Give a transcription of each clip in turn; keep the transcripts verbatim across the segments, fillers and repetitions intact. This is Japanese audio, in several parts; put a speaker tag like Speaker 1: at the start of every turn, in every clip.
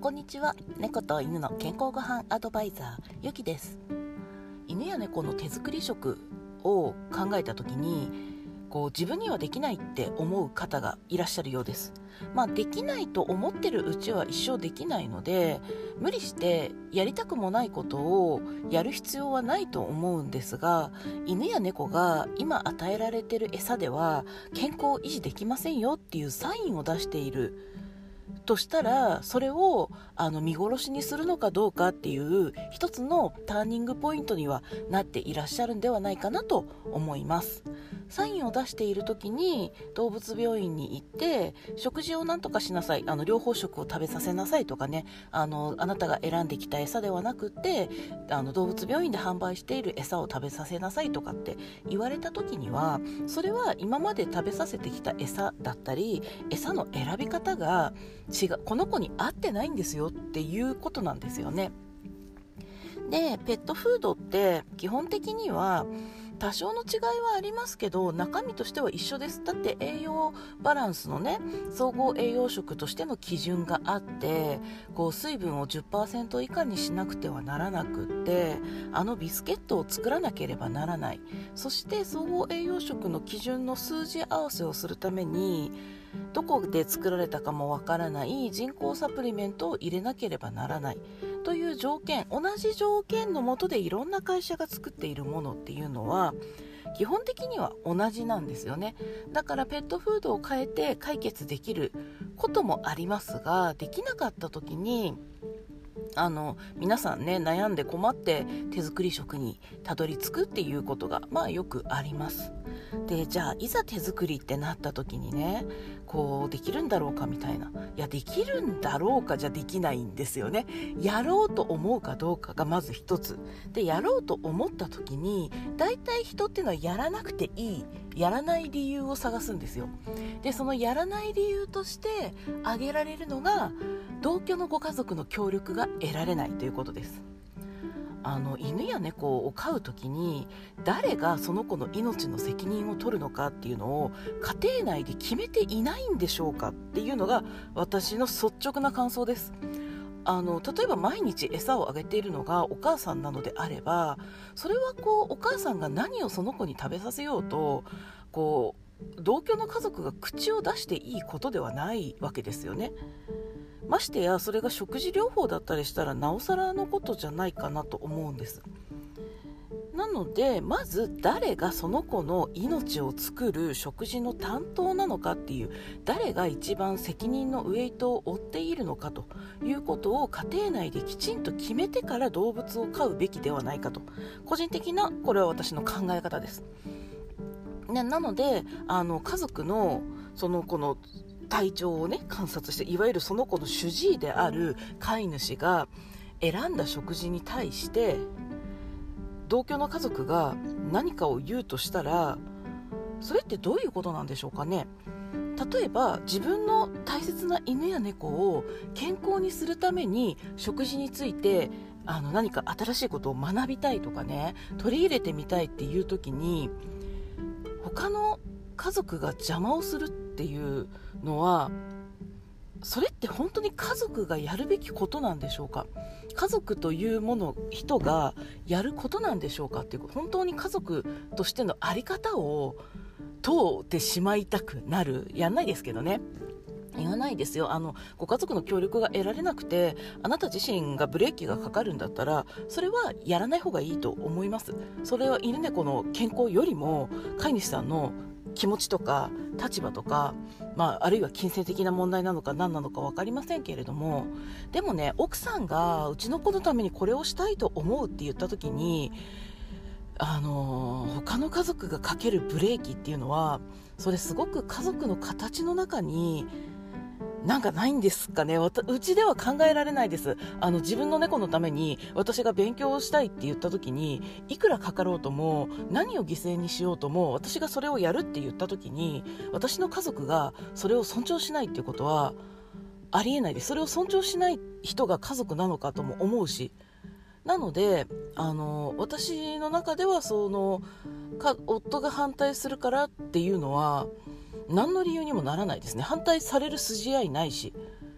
Speaker 1: こんにちは。猫と犬の健康ごはんアドバイザーゆきです。犬や猫の手作り食を考えた時にこう自分にはできないって思う方がいらっしゃるようです。まあできないと思ってるうちは一生できないので、無理してやりたくもないことをやる必要はないと思うんですが、犬や猫が今与えられている餌では健康を維持できませんよっていうサインを出しているとしたら、それをあの見殺しにするのかどうかっていう一つのターニングポイントにはなっていらっしゃるんではないかなと思います。サインを出している時に動物病院に行って食事を何とかしなさい、あの療法食を食べさせなさいとかね、あのあなたが選んできた餌ではなくてあの動物病院で販売している餌を食べさせなさいとかって言われた時には、それは今まで食べさせてきた餌だったり餌の選び方が違う、この子に合ってないんですよっていうことなんですよね。で、ペットフードって基本的には多少の違いはありますけど、中身としては一緒です。だって栄養バランスのね、総合栄養食としての基準があって、こう水分を じゅっパーセント 以下にしなくてはならなくって、あのビスケットを作らなければならない。そして総合栄養食の基準の数字合わせをするために、どこで作られたかもわからない人工サプリメントを入れなければならないという条件、同じ条件の下でいろんな会社が作っているものっていうのは基本的には同じなんですよね。だからペットフードを変えて解決できることもありますが、できなかった時にあの皆さんね、悩んで困って手作り食にたどり着くっていうことがまあよくあります。で、じゃあいざ手作りってなった時にね、こうできるんだろうかみたいな、いやできるんだろうかじゃできないんですよね。やろうと思うかどうかがまず一つで、やろうと思った時にだいたい人っていうのはやらなくていい、やらない理由を探すんですよ。で、そのやらない理由として挙げられるのが、同居のご家族の協力が得られないということです。あの犬や猫を飼うときに誰がその子の命の責任を取るのかっていうのを家庭内で決めていないんでしょうかっていうのが私の率直な感想です。あの例えば毎日餌をあげているのがお母さんなのであれば、それはこうお母さんが何をその子に食べさせようとこう同居の家族が口を出していいことではないわけですよね。ましてやそれが食事療法だったりしたらなおさらのことじゃないかなと思うんです。なのでまず誰がその子の命を作る食事の担当なのかっていう、誰が一番責任のウエイトを負っているのかということを家庭内できちんと決めてから動物を飼うべきではないかと、個人的なこれは私の考え方です。ね、なのであの家族のその子の体調をね観察して、いわゆるその子の主治医である飼い主が選んだ食事に対して同居の家族が何かを言うとしたら、それってどういうことなんでしょうかね。例えば自分の大切な犬や猫を健康にするために食事についてあの何か新しいことを学びたいとかね、取り入れてみたいっていう時に他の家族が邪魔をするっていうのは、それって本当に家族がやるべきことなんでしょうか。家族というもの、人がやることなんでしょうかっていう、本当に家族としてのあり方を問うてしまいたくなる。やんないですけどね、言わないですよ。あのご家族の協力が得られなくてあなた自身がブレーキがかかるんだったら、それはやらない方がいいと思います。それは犬猫の健康よりも飼い主さんの気持ちとか立場とか、まあ、あるいは金銭的な問題なのか何なのか分かりませんけれども、でもね、奥さんがうちの子のためにこれをしたいと思うって言った時に、あのー、他の家族がかけるブレーキっていうのは、それすごく家族の形の中になんかないんですかね。うちでは考えられないです。あの自分の猫のために私が勉強をしたいって言った時に、いくらかかろうとも何を犠牲にしようとも、私がそれをやるって言った時に私の家族がそれを尊重しないっていうことはありえないです。それを尊重しない人が家族なのかとも思うし、なのであの私の中ではそのか夫が反対するからっていうのは何の理由にもならないですね。反対される筋合いないし、だ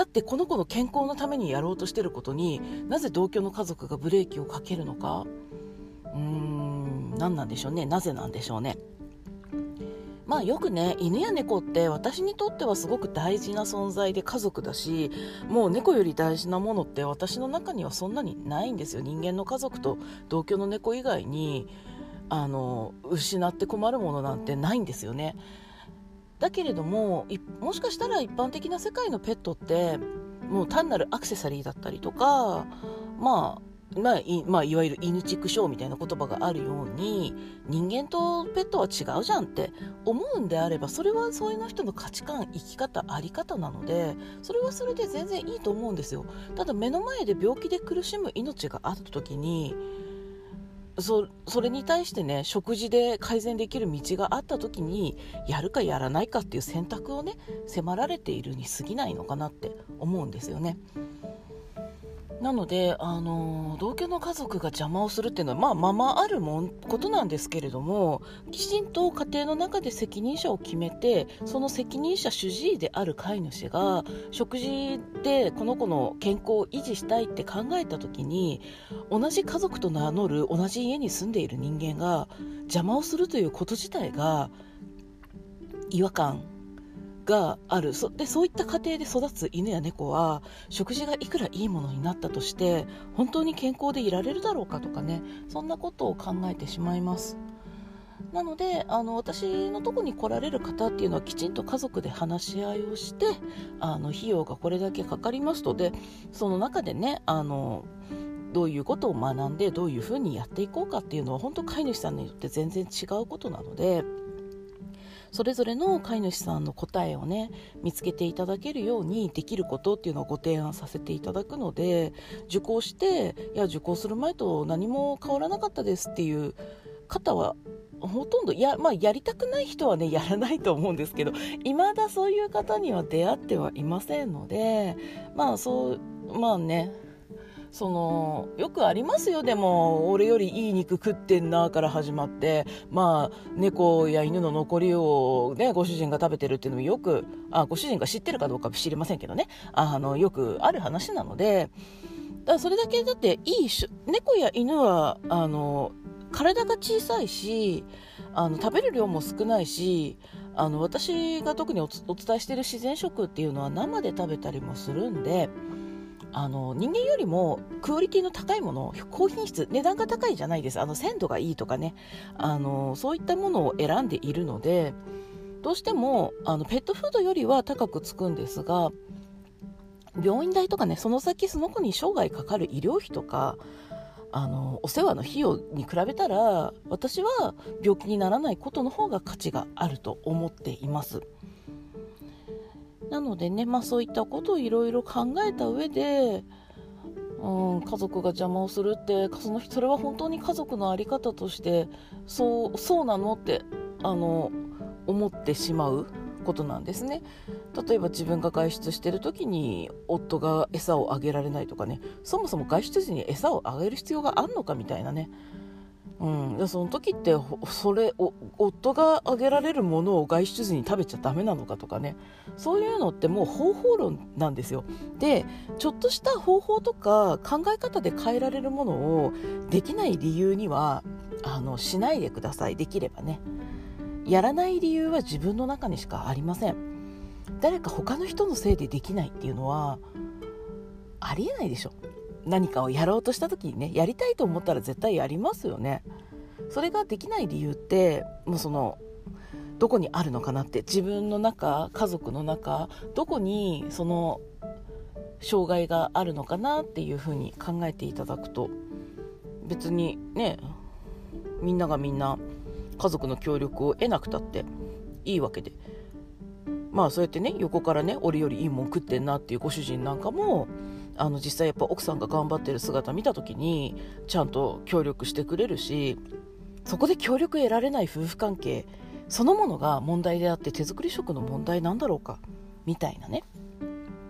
Speaker 1: だってこの子の健康のためにやろうとしてることになぜ同居の家族がブレーキをかけるのか。うーん何なんでしょうね。なぜなんでしょうね。まあよくね、犬や猫って私にとってはすごく大事な存在で家族だし、もう猫より大事なものって私の中にはそんなにないんですよ。人間の家族と同居の猫以外にあの失って困るものなんてないんですよね。だけれども、もしかしたら一般的な世界のペットってもう単なるアクセサリーだったりとか、まあまあいまあ、いわゆる犬畜生みたいな言葉があるように、人間とペットは違うじゃんって思うんであれば、それはそういう人の価値観、生き方、あり方なので、それはそれで全然いいと思うんですよ。ただ目の前で病気で苦しむ命があった時に、そ, それに対してね、食事で改善できる道があった時にやるかやらないかっていう選択をね迫られているに過ぎないのかなって思うんですよね。なので、あの同居の家族が邪魔をするっていうのは、まあ、ままあるもんことなんですけれども、きちんと家庭の中で責任者を決めて、その責任者主治医である飼い主が食事でこの子の健康を維持したいって考えた時に、同じ家族と名乗る同じ家に住んでいる人間が邪魔をするということ自体が違和感がある。 そ, でそういった家庭で育つ犬や猫は、食事がいくらいいものになったとして本当に健康でいられるだろうかとかね、そんなことを考えてしまいます。なので、あの私のとこに来られる方っていうのは、きちんと家族で話し合いをして、あの費用がこれだけかかりますと、でその中でね、あのどういうことを学んでどういうふうにやっていこうかっていうのは、本当飼い主さんによって全然違うことなので、それぞれの飼い主さんの答えをね見つけていただけるようにできることっていうのをご提案させていただくので、受講して、いや受講する前と何も変わらなかったですっていう方はほとんど、や、まあ、やりたくない人はねやらないと思うんですけど、未だそういう方には出会ってはいませんので、まあそうまあねそのよくありますよ。でも俺よりいい肉食ってんなから始まって、まあ猫や犬の残りをねご主人が食べてるっていうのもよく、あご主人が知ってるかどうか知りませんけどね、あのよくある話なので、だからそれだけだっていいし、猫や犬はあの体が小さいし、あの食べる量も少ないし、あの私が特に お, お伝えしている自然食っていうのは生で食べたりもするんで、あの人間よりもクオリティの高いもの、高品質、値段が高いじゃないです。あの鮮度がいいとかね、あのそういったものを選んでいるので、どうしてもあのペットフードよりは高くつくんですが、病院代とかね、その先その子に生涯かかる医療費とか、あのお世話の費用に比べたら、私は病気にならないことの方が価値があると思っています。なのでね、まあ、そういったことをいろいろ考えた上で、うん、家族が邪魔をするって、そのそれは本当に家族の在り方としてそうそうなのってあの思ってしまうことなんですね。例えば自分が外出している時に夫が餌をあげられないとかね、そもそも外出時に餌をあげる必要があるのかみたいなね、うん、でその時ってそれを夫があげられるものを外出時に食べちゃダメなのかとかね、そういうのってもう方法論なんですよ。でちょっとした方法とか考え方で変えられるものをできない理由にはあのしないでください。できればね、やらない理由は自分の中にしかありません。誰か他の人のせいでできないっていうのはありえないでしょ。何かをやろうとした時にね、やりたいと思ったら絶対やりますよね。それができない理由ってもうそのどこにあるのかなって、自分の中、家族の中、どこにその障害があるのかなっていうふうに考えていただくと、別にねみんながみんな家族の協力を得なくたっていいわけで、まあそうやってね横からね俺よりいいもん食ってんなっていうご主人なんかも、あの実際やっぱ奥さんが頑張ってる姿見た時にちゃんと協力してくれるし、そこで協力得られない夫婦関係そのものが問題であって、手作り食の問題なんだろうかみたいなね、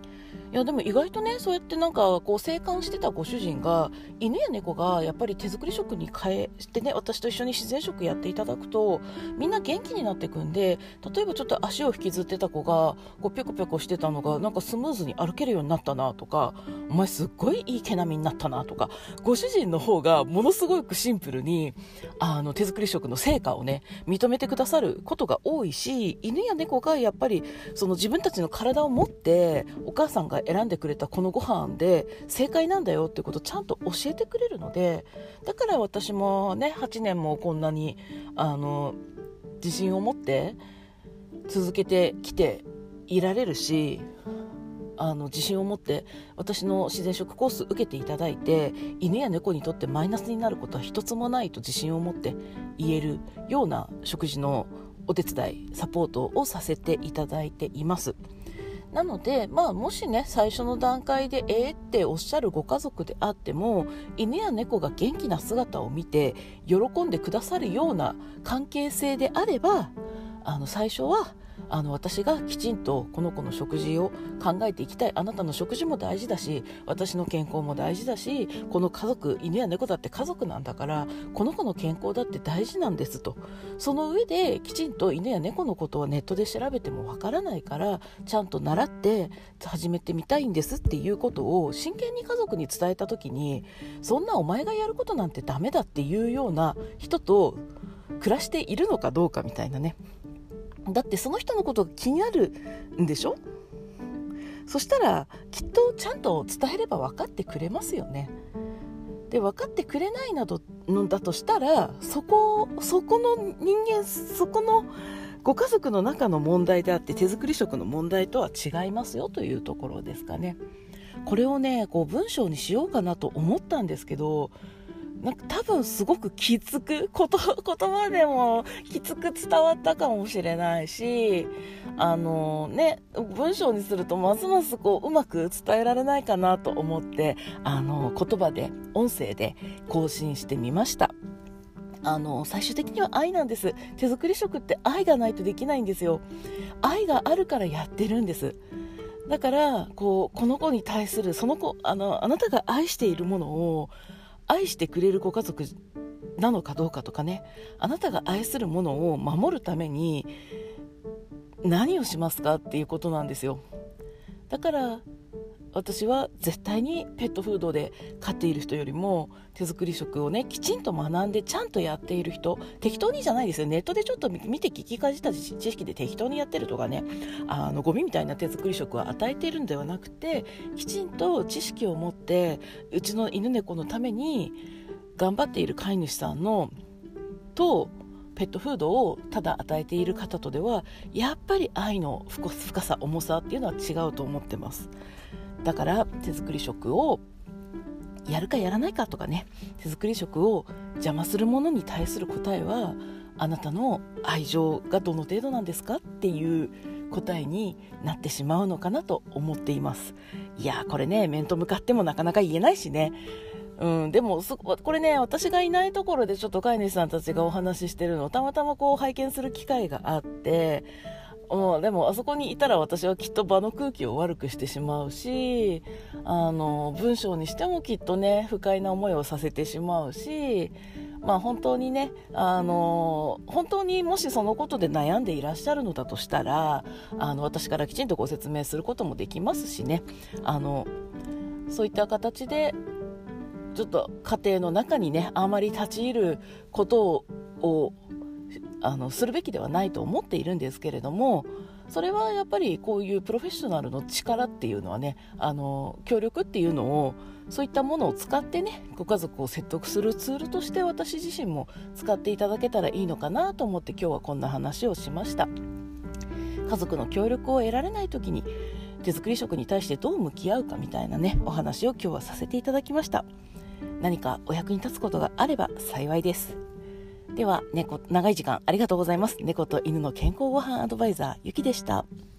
Speaker 1: いやでも意外とね、そうやってなんかこう生還してたご主人が犬や猫がやっぱり手作り食に変えしてね、私と一緒に自然食やっていただくとみんな元気になっていくんで、例えばちょっと足を引きずってた子がこうピョコピョコしてたのがなんかスムーズに歩けるようになったなとか、お前すっごいいい毛並みになったなとか、ご主人の方がものすごくシンプルにあの手作り食の成果をね認めてくださることが多いし、犬や猫がやっぱりその自分たちの体を持ってお母さんが選んでくれたこのご飯で正解なんだよってことをちゃんと教えてくれるので、だから私もねはちねんもこんなにあの自信を持って続けてきていられるし、あの自信を持って私の自然食コース受けていただいて、犬や猫にとってマイナスになることは一つもないと自信を持って言えるような食事のお手伝いサポートをさせていただいています。なので、まあ、もしね最初の段階でえーっておっしゃるご家族であっても、犬や猫が元気な姿を見て喜んでくださるような関係性であれば、あの最初はあの私がきちんとこの子の食事を考えていきたい、あなたの食事も大事だし私の健康も大事だし、この家族、犬や猫だって家族なんだからこの子の健康だって大事なんですと、その上できちんと犬や猫のことはネットで調べてもわからないからちゃんと習って始めてみたいんですっていうことを真剣に家族に伝えた時に、そんなお前がやることなんてダメだっていうような人と暮らしているのかどうかみたいなね。だってその人のことが気になるんでしょ。そしたらきっとちゃんと伝えれば分かってくれますよね。で分かってくれないなどのだとしたら、そこそこの人間、そこのご家族の中の問題であって手作り食の問題とは違いますよというところですかね。これをねこう文章にしようかなと思ったんですけど、なんか多分すごくきつくこと、言葉でもきつく伝わったかもしれないし、あのね文章にするとますますこううまく伝えられないかなと思って、あの言葉で音声で更新してみました。あの最終的には愛なんです。手作り食って愛がないとできないんですよ。愛があるからやってるんです。だからこうこの子に対するその子、あのあなたが愛しているものを愛してくれるご家族なのかどうかとかね、あなたが愛するものを守るために何をしますかっていうことなんですよ。だから私は絶対にペットフードで飼っている人よりも手作り食をねきちんと学んでちゃんとやっている人、適当にじゃないですよ。ネットでちょっと見て聞きかじった知識で適当にやってるとかね、あのゴミみたいな手作り食を与えているんではなくて、きちんと知識を持ってうちの犬猫のために頑張っている飼い主さんのとペットフードをただ与えている方とではやっぱり愛の深さ重さっていうのは違うと思ってます。だから手作り食をやるかやらないかとかね、手作り食を邪魔するものに対する答えはあなたの愛情がどの程度なんですかっていう答えになってしまうのかなと思っています。いやこれね面と向かってもなかなか言えないしね、うん、でもこれね私がいないところでちょっと飼い主さんたちがお話ししてるのをたまたまこう拝見する機会があって、うん、でもあそこにいたら私はきっと場の空気を悪くしてしまうし、あの文章にしてもきっとね不快な思いをさせてしまうし、まあ本当にねあの本当にもしそのことで悩んでいらっしゃるのだとしたら、あの私からきちんとご説明することもできますしね、あのそういった形でちょっと家庭の中にねあまり立ち入ることをあのするべきではないと思っているんですけれども、それはやっぱりこういうプロフェッショナルの力っていうのはね、あの協力っていうのをそういったものを使ってねご家族を説得するツールとして私自身も使っていただけたらいいのかなと思って今日はこんな話をしました。家族の協力を得られない時に手作り食に対してどう向き合うかみたいなねお話を今日はさせていただきました。何かお役に立つことがあれば幸いです。では猫長い時間ありがとうございます。猫と犬の健康ごはんアドバイザーゆきでした。